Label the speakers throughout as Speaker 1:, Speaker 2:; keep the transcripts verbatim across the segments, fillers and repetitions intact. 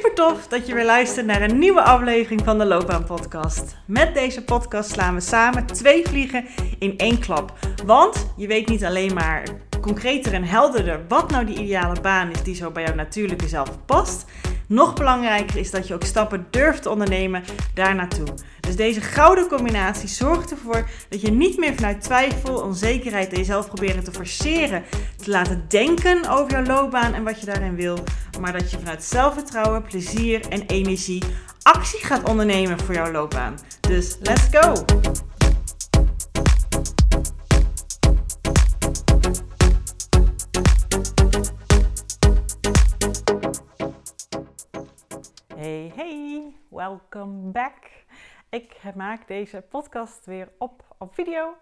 Speaker 1: Super tof dat je weer luistert naar een nieuwe aflevering van de Loopbaan Podcast. Met deze podcast slaan we samen twee vliegen in één klap. Want je weet niet alleen maar concreter en helderder wat nou die ideale baan is die zo bij jouw natuurlijke zelf past. Nog belangrijker is dat je ook stappen durft te ondernemen daar naartoe. Dus deze gouden combinatie zorgt ervoor dat je niet meer vanuit twijfel, onzekerheid en jezelf proberen te forceren, te laten denken over jouw loopbaan en wat je daarin wil. Maar dat je vanuit zelfvertrouwen, plezier en energie actie gaat ondernemen voor jouw loopbaan. Dus let's go! Hey, hey, welcome back. Ik maak deze podcast weer op, op video.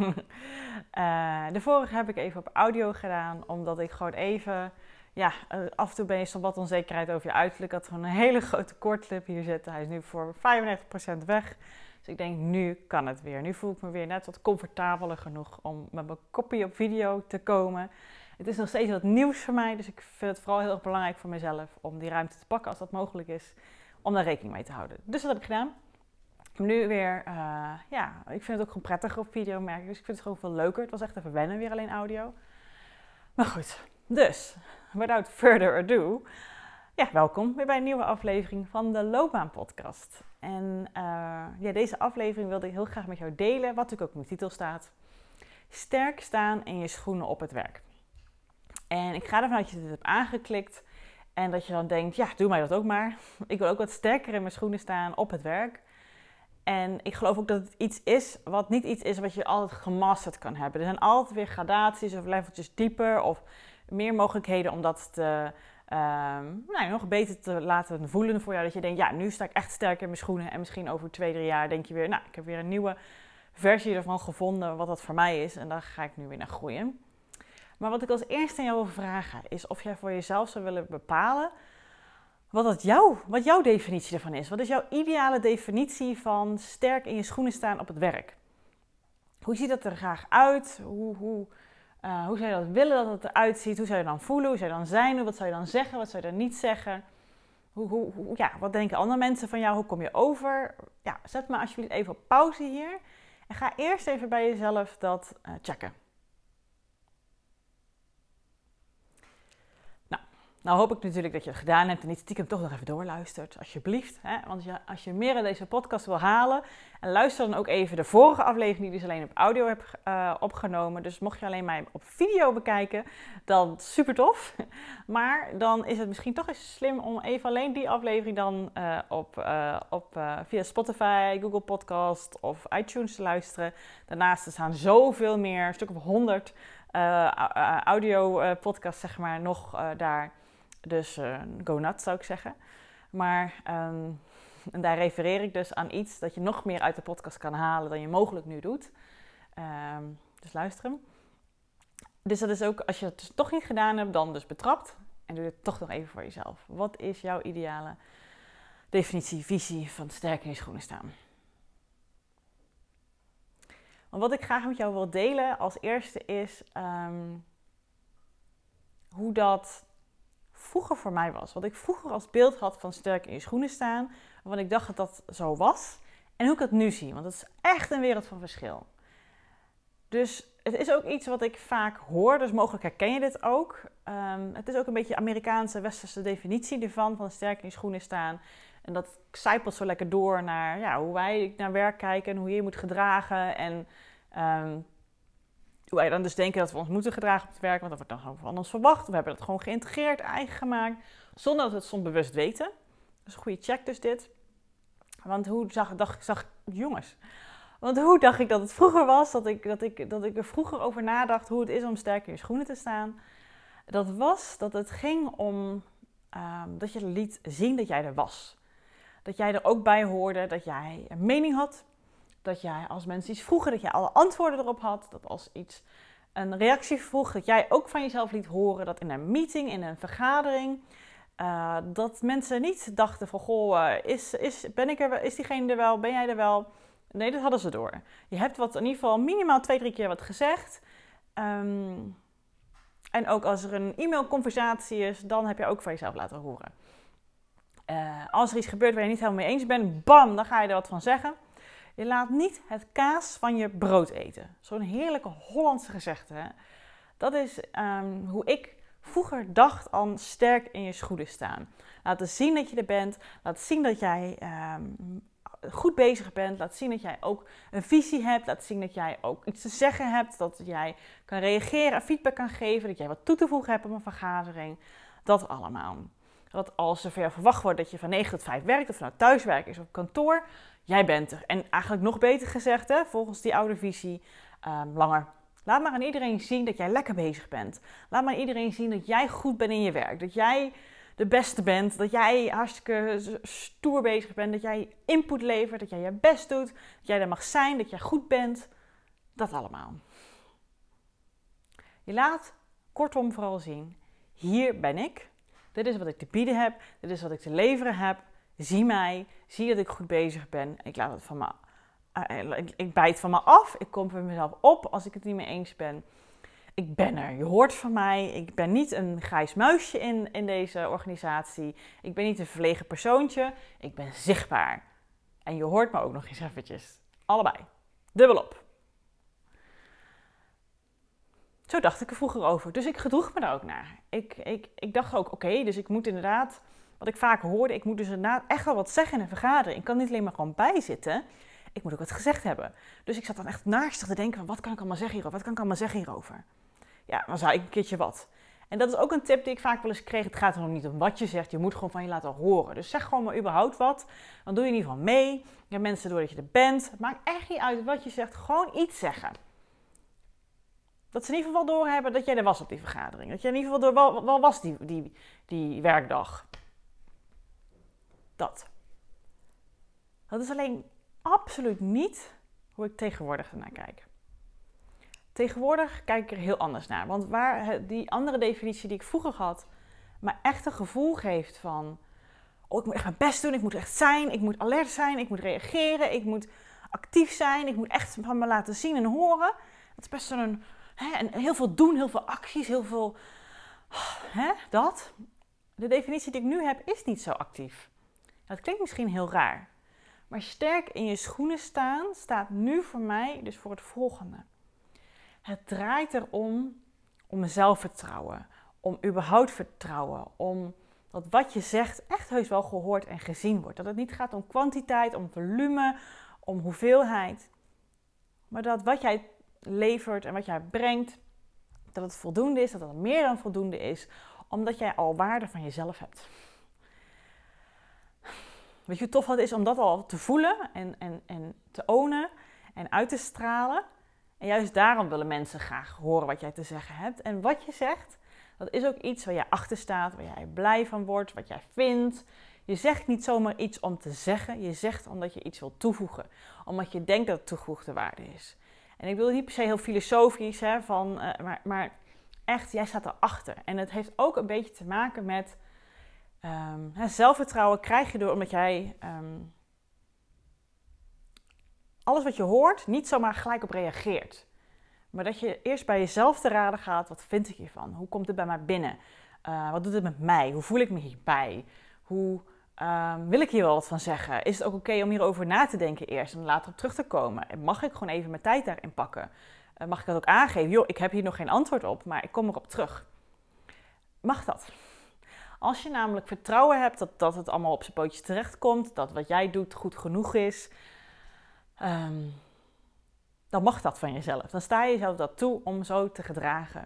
Speaker 1: uh, de vorige heb ik even op audio gedaan, omdat ik gewoon even, ja, af en toe ben je soms wat onzekerheid over je uiterlijk. Ik had gewoon een hele grote kortlip hier zitten. Hij is nu voor vijfennegentig procent weg. Dus ik denk, nu kan het weer. Nu voel ik me weer net wat comfortabeler genoeg om met mijn koppie op video te komen. Het is nog steeds wat nieuws voor mij, dus ik vind het vooral heel erg belangrijk voor mezelf om die ruimte te pakken als dat mogelijk is, om daar rekening mee te houden. Dus dat heb ik gedaan. Nu weer, uh, ja, ik vind het ook gewoon prettiger op video merken, dus ik vind het gewoon veel leuker. Het was echt even wennen, weer alleen audio. Maar goed, dus, without further ado, ja, welkom weer bij een nieuwe aflevering van de Loopbaan Podcast. En uh, ja, deze aflevering wilde ik heel graag met jou delen, wat natuurlijk ook in de titel staat. Sterk staan in je schoenen op het werk. En ik ga ervan uit dat je dit hebt aangeklikt en dat je dan denkt, ja, doe mij dat ook maar. Ik wil ook wat sterker in mijn schoenen staan op het werk. En ik geloof ook dat het iets is wat niet iets is wat je altijd gemasterd kan hebben. Er zijn altijd weer gradaties of leveltjes dieper of meer mogelijkheden om dat te, uh, nou, nog beter te laten voelen voor jou. Dat je denkt, ja, nu sta ik echt sterk in mijn schoenen. En misschien over twee, drie jaar denk je weer, nou, ik heb weer een nieuwe versie ervan gevonden wat dat voor mij is. En daar ga ik nu weer naar groeien. Maar wat ik als eerste aan jou wil vragen is of jij voor jezelf zou willen bepalen wat, dat jou, wat jouw definitie ervan is. Wat is jouw ideale definitie van sterk in je schoenen staan op het werk? Hoe ziet dat er graag uit? Hoe, hoe, uh, hoe zou je dat willen dat het eruit ziet? Hoe zou je dan voelen? Hoe zou je dan zijn? Wat zou je dan zeggen? Wat zou je dan niet zeggen? Hoe, hoe, hoe, ja, wat denken andere mensen van jou? Hoe kom je over? Ja, zet me alsjeblieft even op pauze hier. En ga eerst even bij jezelf dat uh, checken. Nou hoop ik natuurlijk dat je het gedaan hebt en niet stiekem toch nog even doorluistert, alsjeblieft. Hè? Want je, als je meer in deze podcast wil halen, en luister dan ook even de vorige aflevering die ik dus alleen op audio heb uh, opgenomen. Dus mocht je alleen mij op video bekijken, dan super tof. Maar dan is het misschien toch eens slim om even alleen die aflevering dan uh, op, uh, op, uh, via Spotify, Google Podcast of iTunes te luisteren. Daarnaast er staan zoveel meer, een stuk of honderd uh, audio uh, podcasts zeg maar nog uh, daar. Dus uh, go nuts zou ik zeggen. Maar um, en daar refereer ik dus aan iets dat je nog meer uit de podcast kan halen dan je mogelijk nu doet. Um, dus luister hem. Dus dat is ook, als je het dus toch niet gedaan hebt, dan dus betrapt. En doe het toch nog even voor jezelf. Wat is jouw ideale definitie, visie van sterk in je schoenen staan? Want wat ik graag met jou wil delen als eerste is um, hoe dat vroeger voor mij was. Wat ik vroeger als beeld had van sterk in je schoenen staan. Want ik dacht dat dat zo was. En hoe ik het nu zie. Want het is echt een wereld van verschil. Dus het is ook iets wat ik vaak hoor. Dus mogelijk herken je dit ook. Um, het is ook een beetje Amerikaanse, westerse definitie ervan. Van sterk in je schoenen staan. En dat zijpelt zo lekker door naar ja, hoe wij naar werk kijken. En hoe je je moet gedragen. En um, hoe wij dan dus denken dat we ons moeten gedragen op het werk, want dat wordt dan van ons verwacht. We hebben dat gewoon geïntegreerd, eigen gemaakt, zonder dat we het soms bewust weten. Dat is een goede check dus dit. Want hoe zag, dacht, zag jongens, want hoe dacht ik dat het vroeger was, dat ik, dat, ik, dat ik er vroeger over nadacht hoe het is om sterk in je schoenen te staan. Dat was dat het ging om um, dat je liet zien dat jij er was. Dat jij er ook bij hoorde, dat jij een mening had. Dat jij als mensen iets vroegen, dat jij alle antwoorden erop had. Dat als iets een reactie vroeg, dat jij ook van jezelf liet horen. Dat in een meeting, in een vergadering, uh, dat mensen niet dachten van, goh, uh, is, is, ben ik er, is diegene er wel, ben jij er wel? Nee, dat hadden ze door. Je hebt wat in ieder geval minimaal twee, drie keer wat gezegd. Um, en ook als er een e-mailconversatie is, dan heb je ook van jezelf laten horen. Uh, als er iets gebeurt waar je niet helemaal mee eens bent, bam, dan ga je er wat van zeggen. Je laat niet het kaas van je brood eten. Zo'n heerlijke Hollandse gezegde. Hè? Dat is um, hoe ik vroeger dacht aan sterk in je schoenen staan. Laten zien dat je er bent. Laat zien dat jij um, goed bezig bent. Laat zien dat jij ook een visie hebt. Laat zien dat jij ook iets te zeggen hebt. Dat jij kan reageren, feedback kan geven. Dat jij wat toe te voegen hebt op een vergadering. Dat allemaal. Dat als er van jou verwacht wordt dat je van negen tot vijf werkt, of nou thuiswerk is op kantoor, jij bent er. En eigenlijk nog beter gezegd, hè, volgens die oude visie, um, langer. Laat maar aan iedereen zien dat jij lekker bezig bent. Laat maar aan iedereen zien dat jij goed bent in je werk. Dat jij de beste bent. Dat jij hartstikke stoer bezig bent. Dat jij input levert. Dat jij je best doet. Dat jij er mag zijn. Dat jij goed bent. Dat allemaal. Je laat kortom vooral zien. Hier ben ik. Dit is wat ik te bieden heb. Dit is wat ik te leveren heb. Zie mij. Zie dat ik goed bezig ben. Ik laat het van me uh, ik, ik bijt van me af. Ik kom voor mezelf op als ik het niet mee eens ben. Ik ben er. Je hoort van mij. Ik ben niet een grijs muisje in, in deze organisatie. Ik ben niet een verlegen persoontje. Ik ben zichtbaar. En je hoort me ook nog eens eventjes. Allebei. Dubbelop. Zo dacht ik er vroeger over. Dus ik gedroeg me daar ook naar. Ik, ik, ik dacht ook, oké, okay, dus ik moet inderdaad, wat ik vaak hoorde, ik moet dus inderdaad echt wel wat zeggen in een vergadering. Ik kan niet alleen maar gewoon bijzitten. Ik moet ook wat gezegd hebben. Dus ik zat dan echt naastig te denken van, wat kan ik allemaal zeggen hierover? Wat kan ik allemaal zeggen hierover? Ja, dan zei ik een keertje wat. En dat is ook een tip die ik vaak wel eens kreeg. Het gaat er nog niet om wat je zegt. Je moet gewoon van je laten horen. Dus zeg gewoon maar überhaupt wat. Dan doe je in ieder geval mee. Je hebt mensen door dat je er bent. Het maakt echt niet uit wat je zegt. Gewoon iets zeggen. Dat ze in ieder geval doorhebben dat jij er was op die vergadering. Dat je in ieder geval door wel, wel was die, die, die werkdag. Dat. Dat is alleen absoluut niet hoe ik tegenwoordig ernaar kijk. Tegenwoordig kijk ik er heel anders naar. Want waar die andere definitie die ik vroeger had, me echt een gevoel geeft van, oh, ik moet echt mijn best doen, ik moet echt zijn, ik moet alert zijn, ik moet reageren, ik moet actief zijn, ik moet echt van me laten zien en horen. Dat is best een, hè, en heel veel doen, heel veel acties, heel veel, hè, dat. De definitie die ik nu heb is niet zo actief. Dat klinkt misschien heel raar. Maar sterk in je schoenen staan staat nu voor mij dus voor het volgende. Het draait erom om zelfvertrouwen, om überhaupt vertrouwen, om dat wat je zegt echt heus wel gehoord en gezien wordt. Dat het niet gaat om kwantiteit, om volume, om hoeveelheid. Maar dat wat jij levert en wat jij brengt, dat het voldoende is, dat het meer dan voldoende is, omdat jij al waarde van jezelf hebt. Weet je hoe tof dat is om dat al te voelen en, en, en te ownen en uit te stralen? En juist daarom willen mensen graag horen wat jij te zeggen hebt. En wat je zegt, dat is ook iets waar jij achter staat, waar jij blij van wordt, wat jij vindt. Je zegt niet zomaar iets om te zeggen. Je zegt omdat je iets wil toevoegen. Omdat je denkt dat het toegevoegde waarde is. En ik wil niet per se heel filosofisch, hè, van, uh, maar, maar echt, jij staat erachter. En het heeft ook een beetje te maken met um, hè, zelfvertrouwen krijg je door omdat jij Um, alles wat je hoort, niet zomaar gelijk op reageert. Maar dat je eerst bij jezelf te raden gaat, wat vind ik hiervan? Hoe komt het bij mij binnen? Uh, wat doet het met mij? Hoe voel ik me hierbij? Hoe uh, wil ik hier wel wat van zeggen? Is het ook oké okay om hierover na te denken eerst en later op terug te komen? En mag ik gewoon even mijn tijd daarin pakken? Uh, mag ik dat ook aangeven? Joh, ik heb hier nog geen antwoord op, maar ik kom erop terug. Mag dat? Als je namelijk vertrouwen hebt dat, dat het allemaal op zijn pootjes terechtkomt, dat wat jij doet goed genoeg is, Um, dan mag dat van jezelf. Dan sta je jezelf dat toe om zo te gedragen.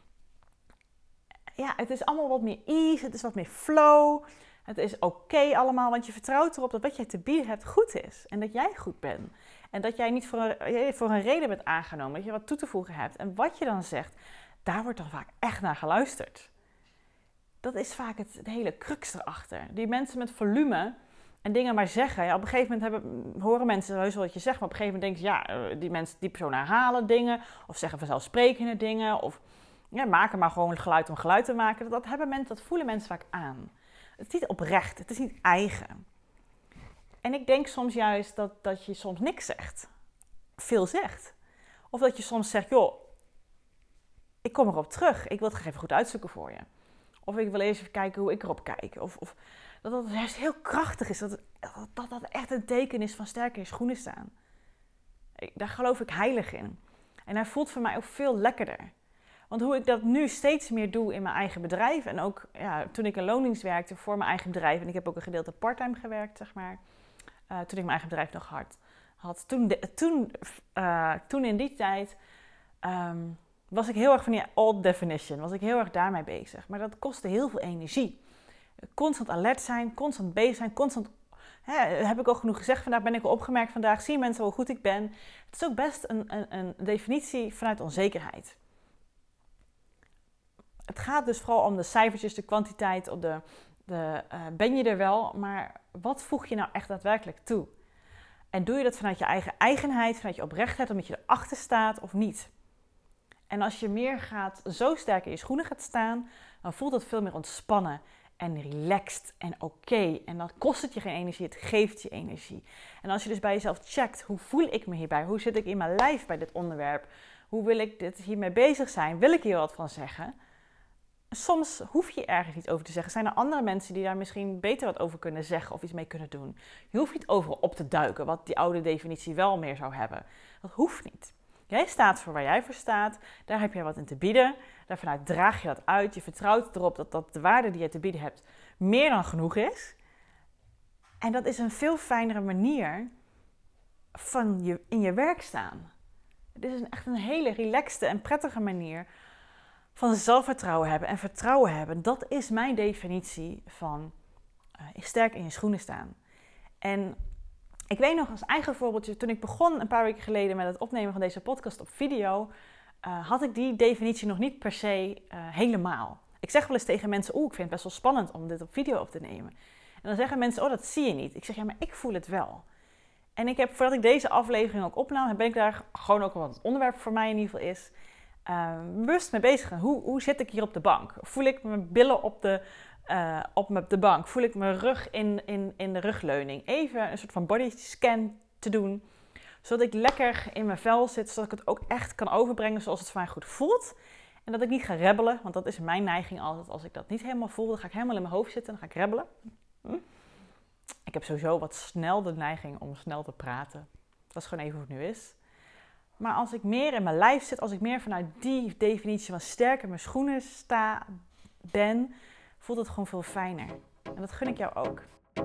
Speaker 1: Ja, het is allemaal wat meer ease, het is wat meer flow. Het is oké okay allemaal, want je vertrouwt erop dat wat jij te bieden hebt goed is. En dat jij goed bent. En dat jij niet voor een, voor een reden bent aangenomen, dat je wat toe te voegen hebt. En wat je dan zegt, daar wordt dan vaak echt naar geluisterd. Dat is vaak het, het hele crux erachter. Die mensen met volume en dingen maar zeggen. Ja, op een gegeven moment hebben, horen mensen heus wel wat je zegt, maar op een gegeven moment denken ze, ja, die mensen, die persoon herhalen dingen, of zeggen vanzelfsprekende dingen, of ja, maken maar gewoon geluid om geluid te maken. Dat, hebben mensen, dat voelen mensen vaak aan. Het is niet oprecht, het is niet eigen. En ik denk soms juist dat, dat je soms niks zegt, veel zegt. Of dat je soms zegt, joh, ik kom erop terug, ik wil het graag even goed uitzoeken voor je. Of ik wil eens even kijken hoe ik erop kijk. Of, of dat dat juist heel krachtig is. Dat het, dat, dat echt een teken is van sterk in je schoenen staan. Ik, daar geloof ik heilig in. En hij voelt voor mij ook veel lekkerder. Want hoe ik dat nu steeds meer doe in mijn eigen bedrijf. En ook ja, toen ik in loondienst werkte voor mijn eigen bedrijf. En ik heb ook een gedeelte parttime gewerkt, zeg maar. Uh, toen ik mijn eigen bedrijf nog hard had. Toen, de, toen, uh, toen in die tijd um, was ik heel erg van die old definition. Was ik heel erg daarmee bezig. Maar dat kostte heel veel energie. Constant alert zijn, constant bezig zijn, constant... Hè, heb ik al genoeg gezegd, vandaag ben ik al opgemerkt. Vandaag zien mensen hoe goed ik ben. Het is ook best een, een, een definitie vanuit onzekerheid. Het gaat dus vooral om de cijfertjes, de kwantiteit, op de, de, uh, ben je er wel, maar wat voeg je nou echt daadwerkelijk toe? En doe je dat vanuit je eigen eigenheid, vanuit je oprechtheid, omdat je erachter staat of niet? En als je meer gaat, zo sterk in je schoenen gaat staan, dan voelt het veel meer ontspannen en relaxed en oké. Okay. En dan kost het je geen energie, het geeft je energie. En als je dus bij jezelf checkt, hoe voel ik me hierbij? Hoe zit ik in mijn lijf bij dit onderwerp? Hoe wil ik dit hiermee bezig zijn? Wil ik hier wat van zeggen? Soms hoef je ergens iets over te zeggen. Zijn er andere mensen die daar misschien beter wat over kunnen zeggen of iets mee kunnen doen? Je hoeft niet overal op te duiken, wat die oude definitie wel meer zou hebben. Dat hoeft niet. Jij staat voor waar jij voor staat. Daar heb jij wat in te bieden. Daarvanuit draag je dat uit. Je vertrouwt erop dat, dat de waarde die je te bieden hebt meer dan genoeg is. En dat is een veel fijnere manier van je, in je werk staan. Het is een, echt een hele relaxte en prettige manier van zelfvertrouwen hebben en vertrouwen hebben. Dat is mijn definitie van uh, sterk in je schoenen staan. En ik weet nog als eigen voorbeeldje, toen ik begon een paar weken geleden met het opnemen van deze podcast op video, uh, had ik die definitie nog niet per se uh, helemaal. Ik zeg wel eens tegen mensen, oeh, ik vind het best wel spannend om dit op video op te nemen. En dan zeggen mensen, oh, dat zie je niet. Ik zeg, ja, maar ik voel het wel. En ik heb, voordat ik deze aflevering ook opnam, ben ik daar gewoon ook wat het onderwerp voor mij in ieder geval is, Uh, bewust mee bezig gaan. Hoe, hoe zit ik hier op de bank? Voel ik mijn billen op de, uh, op de bank? Voel ik mijn rug in, in, in de rugleuning? Even een soort van body scan te doen. Zodat ik lekker in mijn vel zit. Zodat ik het ook echt kan overbrengen zoals het voor mij goed voelt. En dat ik niet ga rebbelen. Want dat is mijn neiging altijd. Als ik dat niet helemaal voel, dan ga ik helemaal in mijn hoofd zitten. Dan ga ik rebbelen. Hm? Ik heb sowieso wat snel de neiging om snel te praten. Dat is gewoon even hoe het nu is. Maar als ik meer in mijn lijf zit, als ik meer vanuit die definitie van sterk in mijn schoenen sta, ben, voelt het gewoon veel fijner. En dat gun ik jou ook.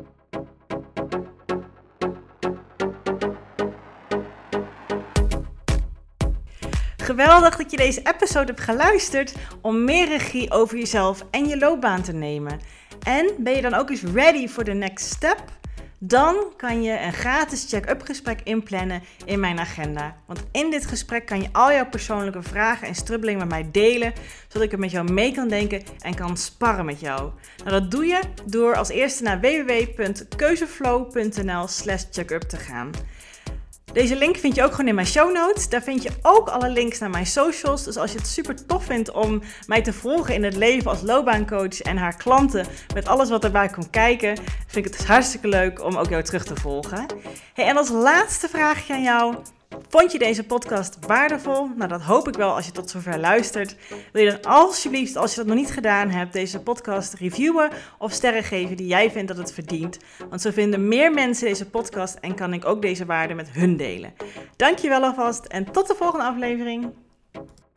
Speaker 1: Geweldig dat je deze episode hebt geluisterd om meer regie over jezelf en je loopbaan te nemen. En ben je dan ook eens ready for the next step? Dan kan je een gratis check-up gesprek inplannen in mijn agenda. Want in dit gesprek kan je al jouw persoonlijke vragen en strubbelingen met mij delen, zodat ik er met jou mee kan denken en kan sparren met jou. Nou, dat doe je door als eerste naar w w w punt keuzeflow punt n l slash checkup te gaan. Deze link vind je ook gewoon in mijn show notes. Daar vind je ook alle links naar mijn socials. Dus als je het super tof vindt om mij te volgen in het leven als loopbaancoach en haar klanten met alles wat erbij komt kijken, vind ik het hartstikke leuk om ook jou terug te volgen. Hey, en als laatste vraagje aan jou. Vond je deze podcast waardevol? Nou, dat hoop ik wel als je tot zover luistert. Wil je dan alsjeblieft, als je dat nog niet gedaan hebt, deze podcast reviewen of sterren geven die jij vindt dat het verdient? Want zo vinden meer mensen deze podcast en kan ik ook deze waarde met hun delen. Dankjewel alvast en tot de volgende aflevering.